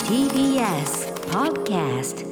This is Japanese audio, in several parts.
TBS Podcast。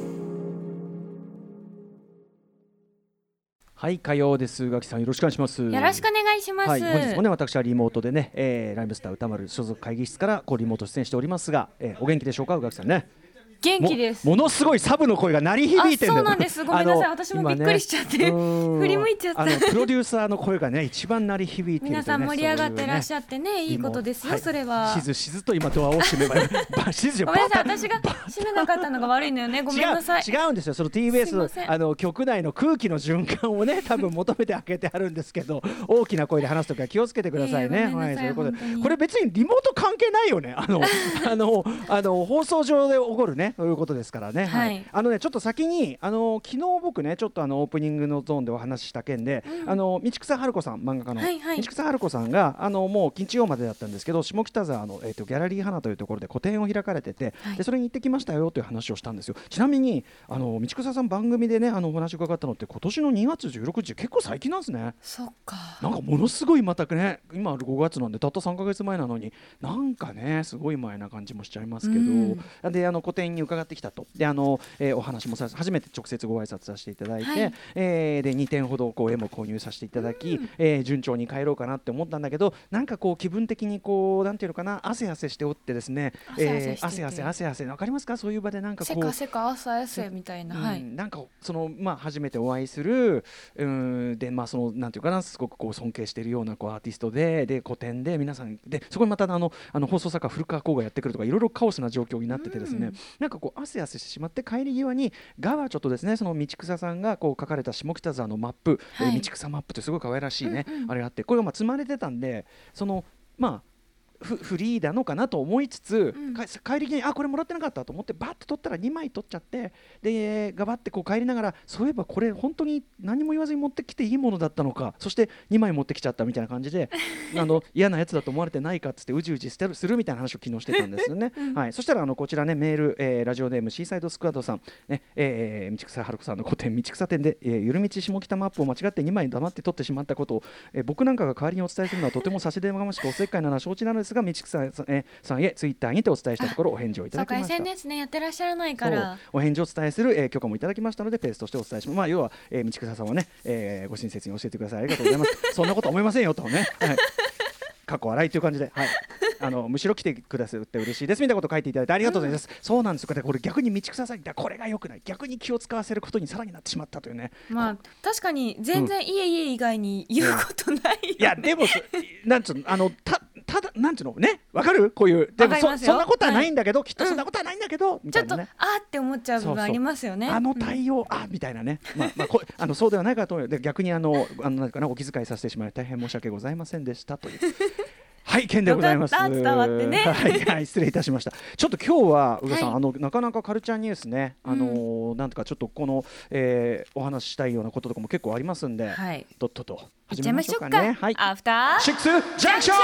はい、火曜です。宇垣さんよろしくお願いします。 よろしくお願いします。 はい、本日もね私はリモートでね、ライムスター歌丸所属会議室からリモート出演しておりますが、お元気でしょうか宇垣さんね。 元気です。 ものすごいサブの声が鳴り響いてるんだよ。 そうなんです。ごめんなさい。私もびっくりしちゃって、振り向いちゃった。 プロデューサーの声がね一番鳴り響いてる、ね、 皆さん盛り上がってらっしゃってね、いいことですよ、はい、それは。 しずと今ドアを閉めばごめんなさい、 私が閉めなかったのが悪いのよね。ごめんなさい。 違うんですよ。その TBS 局内の空気の循環をね多分求めて開けてあるんですけど大きな声で話すときは気をつけてくださいね。はい、そういうことでこれ別にリモート関係ないよね。放送上で起こるねそういうことですからね。はい、ちょっと先に昨日僕ねちょっとオープニングのゾーンでお話しした件で、道草春子さん漫画家の、道草春子さんがもう日曜までだったんですけど下北沢の、ギャラリー花というところで個展を開かれてて、でそれに行ってきましたよという話をしたんですよ。ちなみに道草さん番組でねお話伺ったのって今年の2月16日結構最近なんですね。 そっか。 なんかものすごいまたね今5月なんでたった3ヶ月前なのになんかねすごい前な感じもしちゃいますけど、で個展に伺ってきたと。でお話も初めて直接ご挨拶させていただいて、で2点ほど絵も購入させていただき、順調に帰ろうかなって思ったんだけどなんか気分的になんていうのかな汗しておってですね、汗わかりますか。そういう場でなんかせか汗みたいな、 なんか初めてお会いするでそのなんていうかなすごく尊敬しているようなアーティストで個展で皆さんでそこにまた放送作家古川光がやってくるとかいろいろカオスな状況になっててですね、なんか汗してしまって帰り際にちょっとですねその道草さんが書かれた下北沢のマップ、道草マップってすごい可愛らしいね、あれがあってこれが積まれてたんでフリーなのかなと思いつつ、帰り際にこれもらってなかったと思ってバッと取ったら2枚取っちゃってでガバって帰りながらそういえばこれ本当に何も言わずに持ってきていいものだったのかそして2枚持ってきちゃったみたいな感じで嫌なやつだと思われてないかっつってうじうじするみたいな話を昨日してたんですよね。はい、そしたらこちらねメール、ラジオネームシーサイドスクワッドさん、ね道草春子さんの個展道草店で、ゆるみち下北マップを間違って2枚黙って取ってしまったことを、僕なんかが代わりにお伝えするのはとても差し出がましくおせっかいなら承知なのですが道草さんへツイッターにてお伝えしたところお返事をいただきました。 そうか SNS ねやってらっしゃらないからお返事をお伝えする、許可もいただきましたのでペースとしてお伝えします。要は、道草さんはね、ご親切に教えてくださいありがとうございますそんなこと思いませんよとね、はい、過去笑いという感じで、はいむしろ来てくださって嬉しいですみたいなことを書いていただいてありがとうございます。そうなんですよ。これ逆に道草さんにこれが良くない逆に気を使わせることにさらになってしまったというね。 確かに全然いえいえ以外に言うことないよね、 いやでもなんつうのただなんていうのねわかるこういうでもそんなことはないんだけど、きっとそんなことはないんだけど、みたいなね、 ちょっとって思っちゃう部分ありますよね。 対応みたいなね、そうではないかと思う。で逆になんかなお気遣いさせてしまい大変申し訳ございませんでしたというはい件でございます。 伝わってねはい、失礼いたしました。ちょっと今日は宇賀さん、なかなかカルチャーニュースねなんとかちょっとこの、お話ししたいようなこととかも結とありますんで、とっとと始めましょうかね。はい、 アフターシックスジャンクション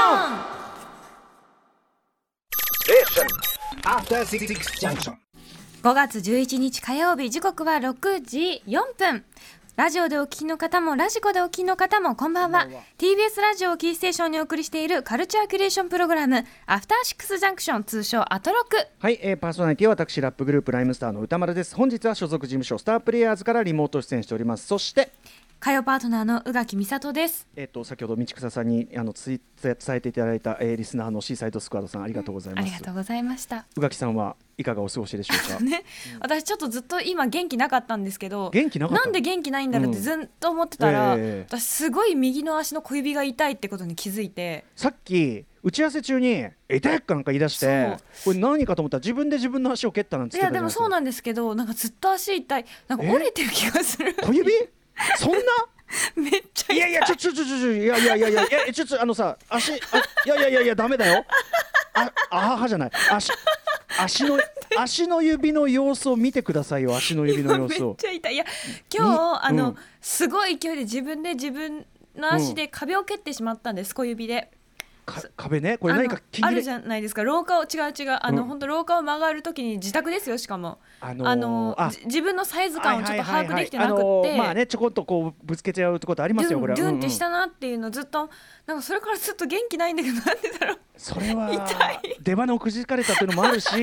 5月11日火曜日時刻は6時4分。ラジオでお聞きの方もラジコでお聞きの方もこんばんは。 TBS ラジオをキーステーションにお送りしているカルチャーキュレーションプログラムアフターシックスジャンクション通称アトロク。 はい、パーソナリティは私ラップグループライムスターの歌丸です。本日は所属事務所スタープレイヤーズからリモート出演しております。そして火曜パートナーの宇垣美里です。 先ほど道草さんに伝えていただいた、リスナーのシーサイドスクワッドさんありがとうございます。 ありがとうございました。 宇垣さんはいかがお過ごしでしょうか私ちょっとずっと今元気なかったんですけどなんで元気ないんだろうってずっと思ってたら、私すごい右の足の小指が痛いってことに気づいて、 さっき打ち合わせ中に痛いかなんか言い出してこれ何かと思ったら自分で自分の足を蹴ったなんて言ってたじゃないですか。 いやでもそうなんですけどなんかずっと足痛いなんか折れてる気がする。 小指そんなめっちゃ痛い。 いやちょっと足いやダメだよじゃない足の指の様子を見てくださいよ。足の指の様子をめっちゃ痛い。いや今日すごい勢いで自分の足で壁を蹴ってしまったんです、小指で。 壁ね、これ何かあるじゃないですか、廊下を違う、本当廊下を曲がるときに自宅ですよ、しかも、自分のサイズ感をちょっと把握できてなくってまあねちょこっとこうぶつけちゃうってことありますよ。これはドゥンってしたなっていうのずっとなんかそれからずっと元気ないんだけどなんでだろう。 それは出花をくじかれたっていうのもあるし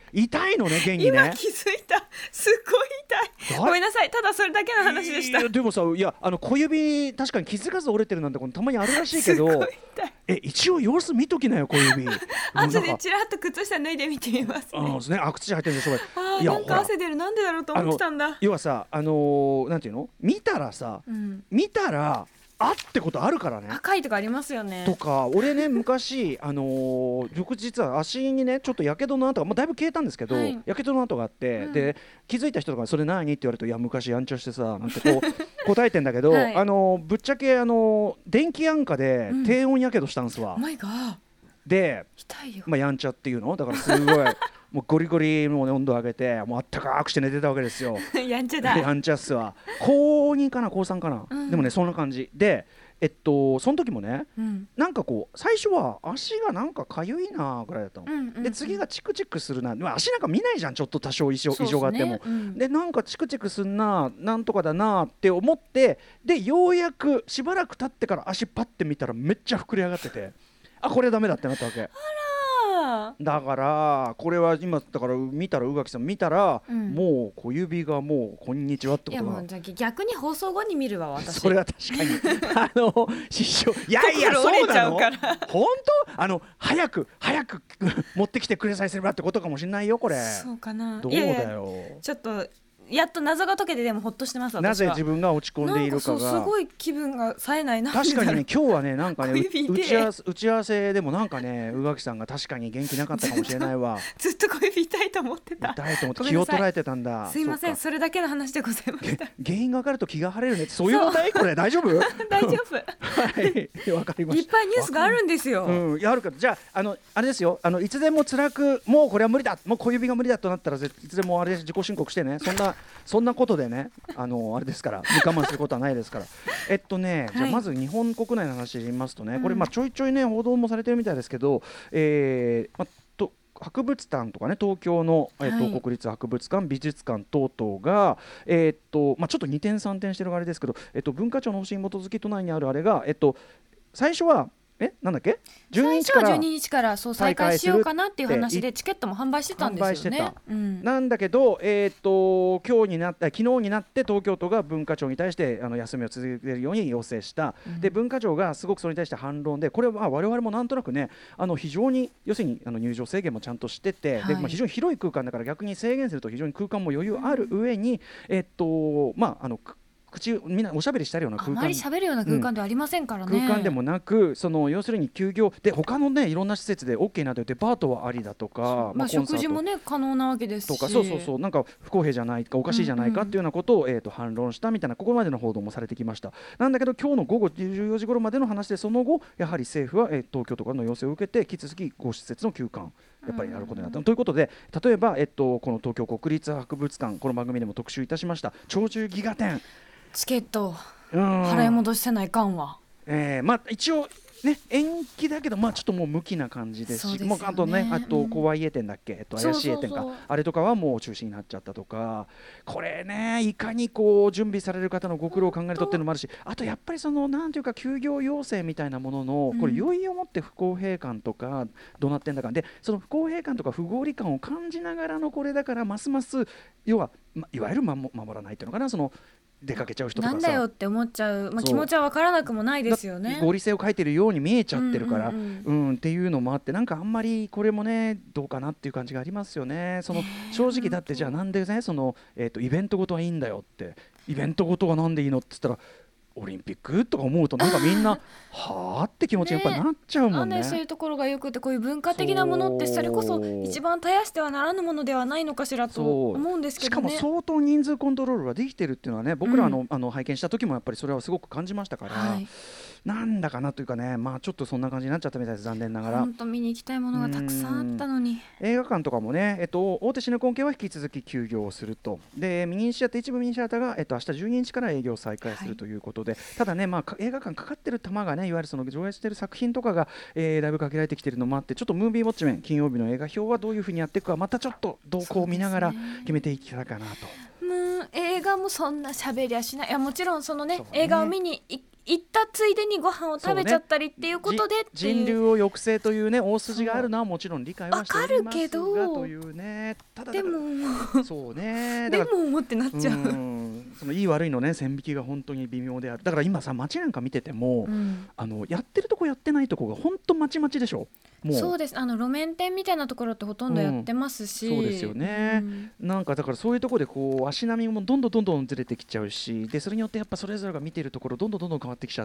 痛いのね現にね。 今気づいた、すっごい痛い。ごめんなさい、ただそれだけの話でした。 でもさ、いや小指確かに気づかず折れてるなんてたまにあるらしいけど、 すごい痛い。 一応様子見ときなよ小指。 後でチラッと靴下脱いでみてみますね。 靴下入ってるんでしょこれ。 なんか汗出る、なんでだろうと思ってたんだ。 要はさなんていうの、見たらさ、見たらってことあるからね。 赤いとかありますよね。 とか俺ね昔僕実は足にねちょっとやけどの跡が、だいぶ消えたんですけど、やけどの跡があって、で気づいた人とかそれ何って言われると、いや昔やんちゃしてさなんてこう答えてんだけど、ぶっちゃけ電気安価で低温やけどしたんですわ。で痛いよ。 やんちゃっていうのだからすごいもうゴリゴリもう温度上げてもうあったかくして寝てたわけですよ。 やんちゃだ。 やんちゃっすわ。高2かな高3かな、でもねそんな感じで、その時もね、なんかこう最初は足がなんかかゆいなぐらいだったの、で次がチクチクするな、足なんか見ないじゃんちょっと多少異常があっても、でなんかチクチクすんななんとかだなって思って、でようやくしばらく経ってから足パッて見たらめっちゃ膨れ上がってて、これダメだってなったわけ。だからこれは今だから見たら宇垣さん見たら、もう小指がもうこんにちはってことだ。 いやもう逆に放送後に見るわ私。 それは確かに失笑。いやそうなの本当早く持ってきてくれさえすればってことかもしれないよこれ。 そうかな。 どうだよ。 ちょっとやっと謎が解けてでもほっとしてます。 なぜ自分が落ち込んでいるかがすごい気分が冴えないな。 確かにね今日はねなんかね打ち合わせでもなんかね宇垣さんが確かに元気なかったかもしれないわ。 ずっと小指痛いと思ってた。 痛いと思って気を捉えてたんだ。 すいません、それだけの話でございました。 原因が分かると気が晴れるね。そういう問題これ大丈夫？ 大丈夫。 はいわかりました。 いっぱいニュースがあるんですよ。 あるからじゃああれですよ、いつでも辛くもうこれは無理だもう小指が無理だとなったらいつでもあれ自己申告してね。そんなことでねあれですから我慢することはないですから。じゃあまず日本国内の話で言いますとね、これちょいちょいね報道もされてるみたいですけど、博物館とかね東京の、国立博物館美術館等々が、ちょっと二転三転してるあれですけど、文化庁の方針に基づき都内にあるあれが、最初はなんだっけ 12日からそう再開しようかなっていう話でチケットも販売してたんですよね。 なんだけど、昨日になって東京都が文化庁に対して休みを続けるように要請した、で文化庁がすごくそれに対して反論で、これは我々もなんとなくね非常に要するに入場制限もちゃんとしてて、で非常に広い空間だから逆に制限すると非常に空間も余裕ある上にみんなおしゃべりしたるような空間、 あまり喋るような空間ではありませんからね、 空間でもなく要するに休業で他のねいろんな施設で OK になってるデパートはありだとか、 食事もね可能なわけですしとかそうなんか不公平じゃないかおかしいじゃないかっていうようなことを、反論したみたいなここまでの報道もされてきました。なんだけど今日の午後14時頃までの話で、その後やはり政府は、東京都からの要請を受けて引き続き5施設の休館やっぱりやることになった、ということで例えば、この東京国立博物館この番組でも特集いたしました鳥獣戯画展チケット払い戻せないかんわ。 一応ね延期だけどちょっともう無期な感じですし、あとね怖い絵展だっけ怪しい絵展かあれとかはもう中止になっちゃったとか、これねいかにこう準備される方のご苦労を考えるとっていうのもあるし、あとやっぱりなんていうか休業要請みたいなもののこれ余裕を持って不公平感とかどうなってんだかで、その不公平感とか不合理感を感じながらのこれだからますます要はいわゆる守らないっていうのかな、出かけちゃう人とかさなんだよって思っちゃう、気持ちは分からなくもないですよね。 合理性を書いてるように見えちゃってるからっていうのもあって、なんかあんまりこれもねどうかなっていう感じがありますよね。正直だってじゃあなんでねイベントごとはいいんだよって、イベントごとはなんでいいのって言ったらオリンピックとか思うとなんかみんなはあって気持ちにやっぱりなっちゃうもんね。 そういうところがよくて、こういう文化的なものってそれこそ一番絶やしてはならぬものではないのかしらと思うんですけどね。 しかも相当人数コントロールができてるっていうのはね、僕ら拝見した時もやっぱりそれはすごく感じましたから、なんだかなというかね、ちょっとそんな感じになっちゃったみたいです、残念ながら。 本当見に行きたいものがたくさんあったのに。 映画館とかもね、大手シネコン系は引き続き休業をすると。で一部ミニシアターが、明日12日から営業再開するということで、ただね、映画館かかってる玉がね、いわゆる上映してる作品とかが、だいぶ限られてきてるのもあって、ちょっとムービーウォッチメン金曜日の映画表はどういうふうにやっていくか、またちょっと動向を見ながら決めていきたいかなと。 映画もそんな喋りゃしない。いやもちろん映画を見に行行ったついでにご飯を食べちゃったりっていうことでっていう、 人流を抑制というね大筋があるのはもちろん理解はしておりますがわかるけどというね。ただでもそうね、 でだからもってなっちゃう、 そのいい悪いのね線引きが本当に微妙である。だから今さ街なんか見てても、やってるとこやってないとこが本当まちまちでしょ。もうそうです。路面店みたいなところってほとんどやってますし、 そうですよね、なんかだからそういうところでこう足並みもどんどんずれてきちゃうし、でそれによってやっぱそれぞれが見ているところどんどん変わってきちゃって、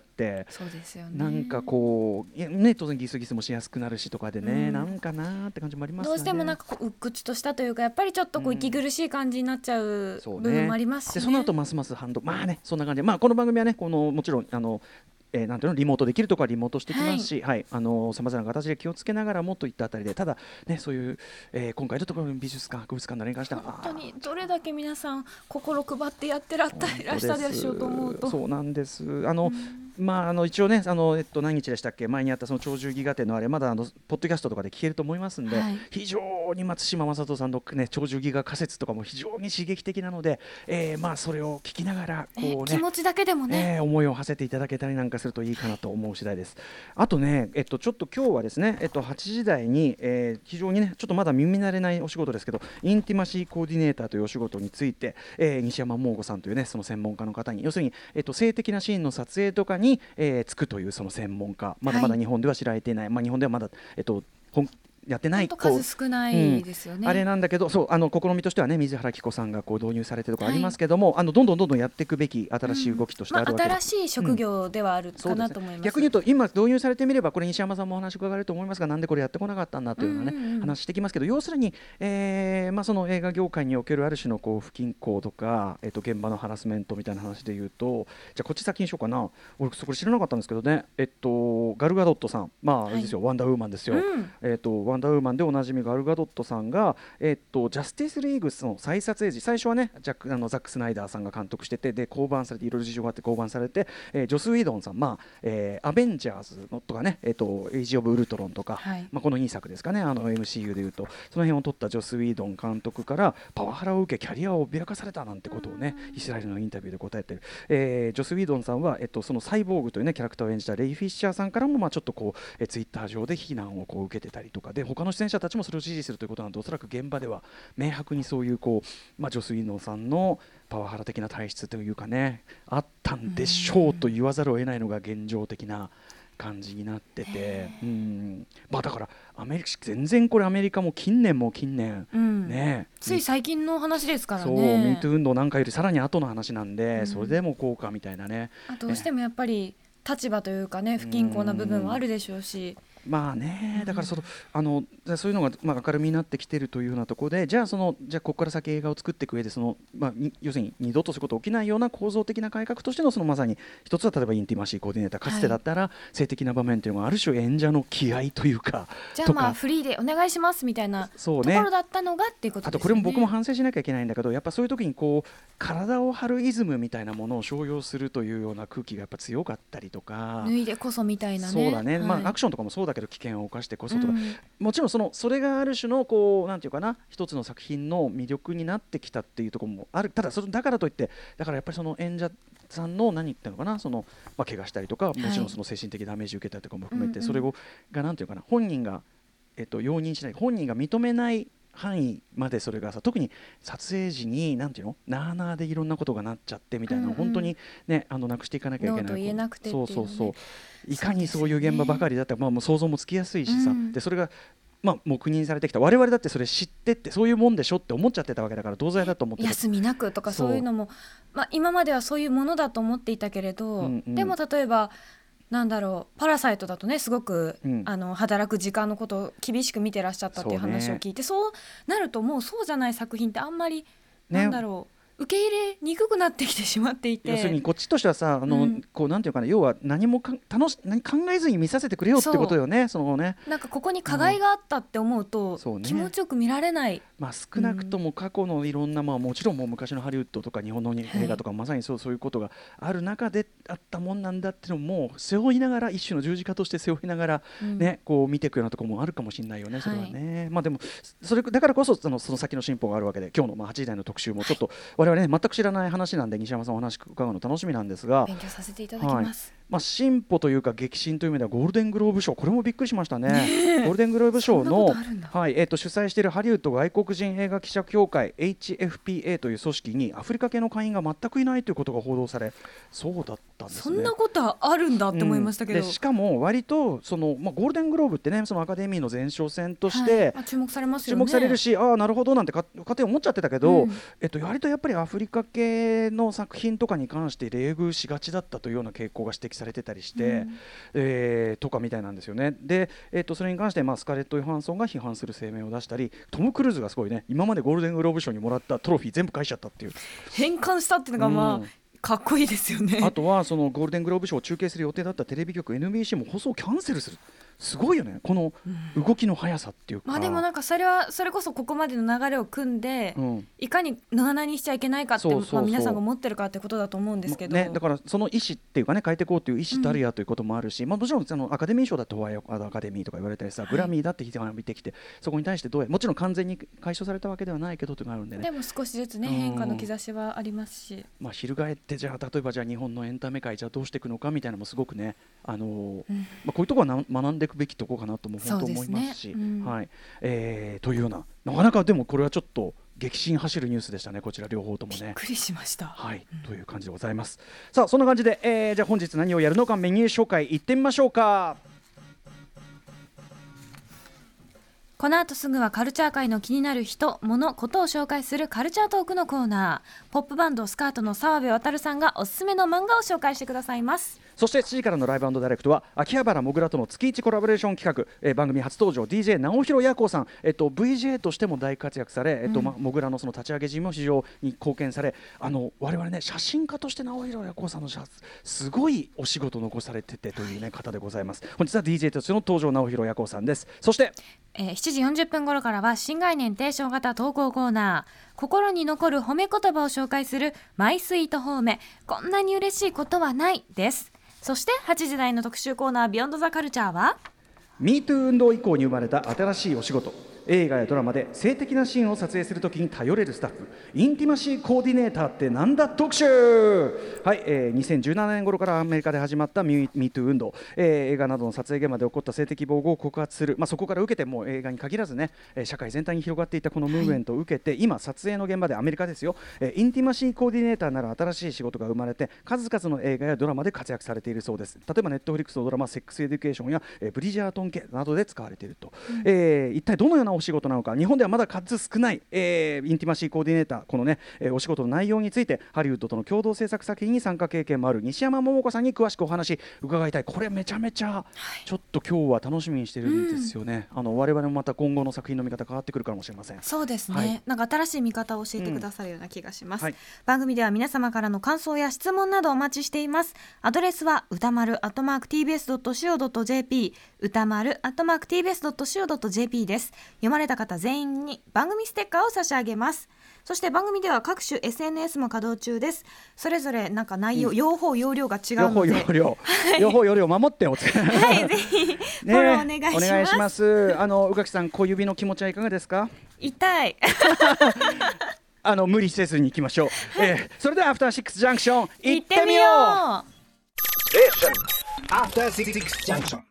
そうですよね、 なんかこうね当然ギスギスもしやすくなるしとかでね、なんかなーって感じもありますよね。 どうしてもなんかこう鬱屈としたというか、やっぱりちょっとこう息苦しい感じになっちゃう部分もありますしね。 でその後ますます反動、まあねそんな感じで、この番組はねもちろんなんていうのリモートできるとかリモートしてきますし、はい、さまざまな形で気をつけながらもといったあたりで、ただねそういう、今回のところの美術館博物館のに関しては本当にどれだけ皆さん心配ってやってらしたでしょうと思うと、 そうなんです。一応ね何日でしたっけ、前にあったその鳥獣戯画展のあれまだポッドキャストとかで聞けると思いますんで、非常に松島正人さんのね鳥獣戯画仮説とかも非常に刺激的なので、それを聞きながらこうね、 気持ちだけでもね、 思いを馳せていただけたりなんかするといいかなと思う次第です。あとね、ちょっと今日はですね、8時台に、非常にねちょっとまだ耳慣れないお仕事ですけど、インティマシーコーディネーターというお仕事について、西山桃子さんというねその専門家の方に、要するに、性的なシーンの撮影とかに、つくというその専門家、まだまだ日本では知られていない、日本ではまだ、やってない数少ないですよね、 あれなんだけど、そう試みとしてはね水原希子さんがこう導入されてるところありますけども、どんどんやっていくべき新しい動きとしてあるわけで、 新しい職業ではあるかなと思います。 逆に言うと今導入されてみれば、これ西山さんもお話伺えると思いますが、なんでこれやってこなかったんだというようなね、話してきますけど、要するに、その映画業界におけるある種のこう不均衡とか、現場のハラスメントみたいな話で言うと、じゃあこっち先にしようかな。俺そこ知らなかったんですけどね、ガルガドットさん、あれですよ、ワンダーウーマンですよ、ワンダーウーマンでおなじみガルガドットさんが、ジャスティスリーグの再撮影時、最初はねザック・スナイダーさんが監督してて、で降板されていろいろ事情があって降板されて、ジョス・ウィドンさん、アベンジャーズのとかね、エイジ・オブ・ウルトロンとか、この2作ですかね、MCU でいうとその辺を撮ったジョス・ウィドン監督からパワハラを受けキャリアを脅かされたなんてことをねイスラエルのインタビューで答えてる、ジョス・ウィドンさんは、そのサイボーグというねキャラクターを演じたレイ・フィッシャーさんからもちょっとこう、ツイッター上で非難をこう受けてたりとかで、他の出演者たちもそれを支持するということなんで、おそらく現場では明白にそういうこう、ジョス・ウィドンさんのパワハラ的な体質というかねあったんでしょうと言わざるを得ないのが現状的な感じになってて、だから全然これアメリカも近年ね、 つい最近の話ですからね。 そう、ミート運動なんかよりさらに後の話なんで、それでもこうかみたいなね、 どうしてもやっぱり立場というかね不均衡な部分はあるでしょうし、 だからそういうのが明るみになってきているというようなところで、じゃあここから先映画を作っていく上で要するに二度とそういうことが起きないような構造的な改革としてのまさに一つは例えばインティマシーコーディネーター、かつてだったら性的な場面というのがある種演者の気合というか、 じゃあフリーでお願いしますみたいなところだったのがっていうことですよね。 あとこれも僕も反省しなきゃいけないんだけど、やっぱそういう時にこう体を張るイズムみたいなものを商用するというような空気がやっぱ強かったりとか、 脱いでこそみたいなね、 そうだね、アクションとかもそうだけど危険を冒してこそとか、もちろんそれがある種のこうなんていうかな一つの作品の魅力になってきたっていうところもある。ただだからといってやっぱりその演者さんの何言ってるのかな、怪我したりとか、もちろんその精神的ダメージ受けたりとかも含めて、それがなんていうかな、本人が容認しない、本人が認めない範囲までそれが特に撮影時になんていうのなあなあでいろんなことがなっちゃってみたいな、本当にねなくしていかなきゃいけない。 ノーと言えなくてっていうね、 そういかにそういう現場ばかりだったら、もう想像もつきやすいしさ、でそれが黙認されてきた我々だってそれ知ってってそういうもんでしょって思っちゃってたわけだから同罪だと思って休みなくとかそういうのも、今まではそういうものだと思っていたけれど、でも例えばパラサイトだとねすごく、働く時間のことを厳しく見てらっしゃったっていう話を聞いて、そうなるともうそうじゃない作品ってあんまり受け入れにくくなってきてしまっていて、 要するにこっちとしてはさこうなんていうかな、要は何も考えずに見させてくれよってことよね。 なんかここに加害があったって思うと、気持ちよく見られない。 少なくとも過去のいろんな、もちろんもう昔のハリウッドとか日本の映画とかまさにそういうことがある中であったもんなんだっていうのも背負いながら、一種の十字架として背負いながら、こう見ていくようなところもあるかもしれないよね、それはね。でもそれだからこそその先の進歩があるわけで、今日の8時台の特集もちょっと我我々ね全く知らない話なんで西山さんお話伺うの楽しみなんですが、 勉強させていただきます、 進歩というか激震という意味ではゴールデングローブ賞、これもびっくりしましたね。ゴールデングローブ賞の、主催しているハリウッド外国人映画記者協会 HFPA という組織にアフリカ系の会員が全くいないということが報道され、そうだったんですね。 そんなことあるんだって思いましたけど、 でしかも割とその、ゴールデングローブってねそのアカデミーの前哨戦として、 注目されますよね。 注目されるし、なるほどなんて勝手に思っちゃってたけど、割とやっぱりアフリカ系の作品とかに関して冷遇しがちだったというような傾向が指摘されてたりして、とかみたいなんですよね。で、それに関して、スカーレット・ヨハンソンが批判する声明を出したり、トム・クルーズがすごいね、今までゴールデングローブ賞にもらったトロフィー全部返しちゃったっていう、 返還したっていうのがかっこいいですよね。 あとはそのゴールデングローブ賞を中継する予定だったテレビ局 NBC も放送をキャンセルする。すごいよね、この動きの速さっていうか、 でもなんかそれこそここまでの流れを組んで、いかになあなあにしちゃいけないかって皆さんが思ってるかってことだと思うんですけど、 だからその意思っていうかね、変えていこうという意思たるやということもあるし、もちろんそのアカデミー賞だってホワイトアカデミーとか言われたりさ、グラミーだって批判を見てきて、そこに対してもちろん完全に解消されたわけではないけどというのがあるんでね。でも少しずつね、変化の兆しはありますし、 翻ってじゃあ例えばじゃあ日本のエンタメ界じゃあどうしていくのかみたいなのもすごくね、こういうところは学んでいくべきところかなとも本当思いますし、というようなかなかでもこれはちょっと激震走るニュースでしたね、こちら両方ともね。 びっくりしました、 という感じでございます。さあそんな感じで、じゃあ本日何をやるのかメニュー紹介いってみましょうか。 この後すぐはカルチャー界の気になる人、物、ことを紹介するカルチャートークのコーナー。ポップバンドスカートの澤部渉さんがおすすめの漫画を紹介してくださいます。 そして7時からのライブ&ダイレクトは秋葉原もぐらとの月1コラボレーション企画、番組初登場 DJ 直弘也光さん、VJ としても大活躍され、もぐらのその立ち上げ陣も非常に貢献され、我々ね写真家として直弘也光さんのすごいお仕事を残されててという、方でございます。本日は DJ としての登場直弘也光さんです。そして、 7時40分頃からは新概念提唱型投稿コーナー、心に残る褒め言葉を紹介するマイスイート褒め、こんなに嬉しいことはないです。そして8時台の特集コーナービヨンドザカルチャーは MeToo 運動以降に生まれた新しいお仕事、映画やドラマで性的なシーンを撮影するときに頼れるスタッフ、インティマシーコーディネーターってなんだ特集。2017年頃からアメリカで始まった MeToo 運動、映画などの撮影現場で起こった性的暴行を告発する、そこから受けてもう映画に限らずね、社会全体に広がっていたこのムーブメントを受けて、今撮影の現場でアメリカですよ、インティマシーコーディネーターなら新しい仕事が生まれて数々の映画やドラマで活躍されているそうです。例えばネットフリックスのドラマセックスエデュケーションや、ブリジャートン家などで使われていると、一体どのようなお仕事なのか、日本ではまだ数少ない、インティマシーコーディネーター、このね、お仕事の内容についてハリウッドとの共同制作作品に参加経験もある西山桃子さんに詳しくお話伺いたい。これめちゃめちゃちょっと今日は楽しみにしてるんですよね。我々もまた今後の作品の見方変わってくるかもしれません。 そうですね、なんか新しい見方を教えてくださるような気がします、番組では皆様からの感想や質問などお待ちしています。アドレスは歌丸@tbs.co.jp、 歌丸@tbs.co.jp です。読まれた方全員に番組ステッカーを差し上げます。そして番組では各種 SNS も稼働中です。それぞれなんか内容、用法用量が違うので用法用量守ってぜひフォローお願いします。 お願いします。宇垣さん、小指の気持ちはいかがですか？ 痛い無理せずに行きましょう、それではアフターシックスジャンクション行ってみよう。 アフターシックスジャンクション。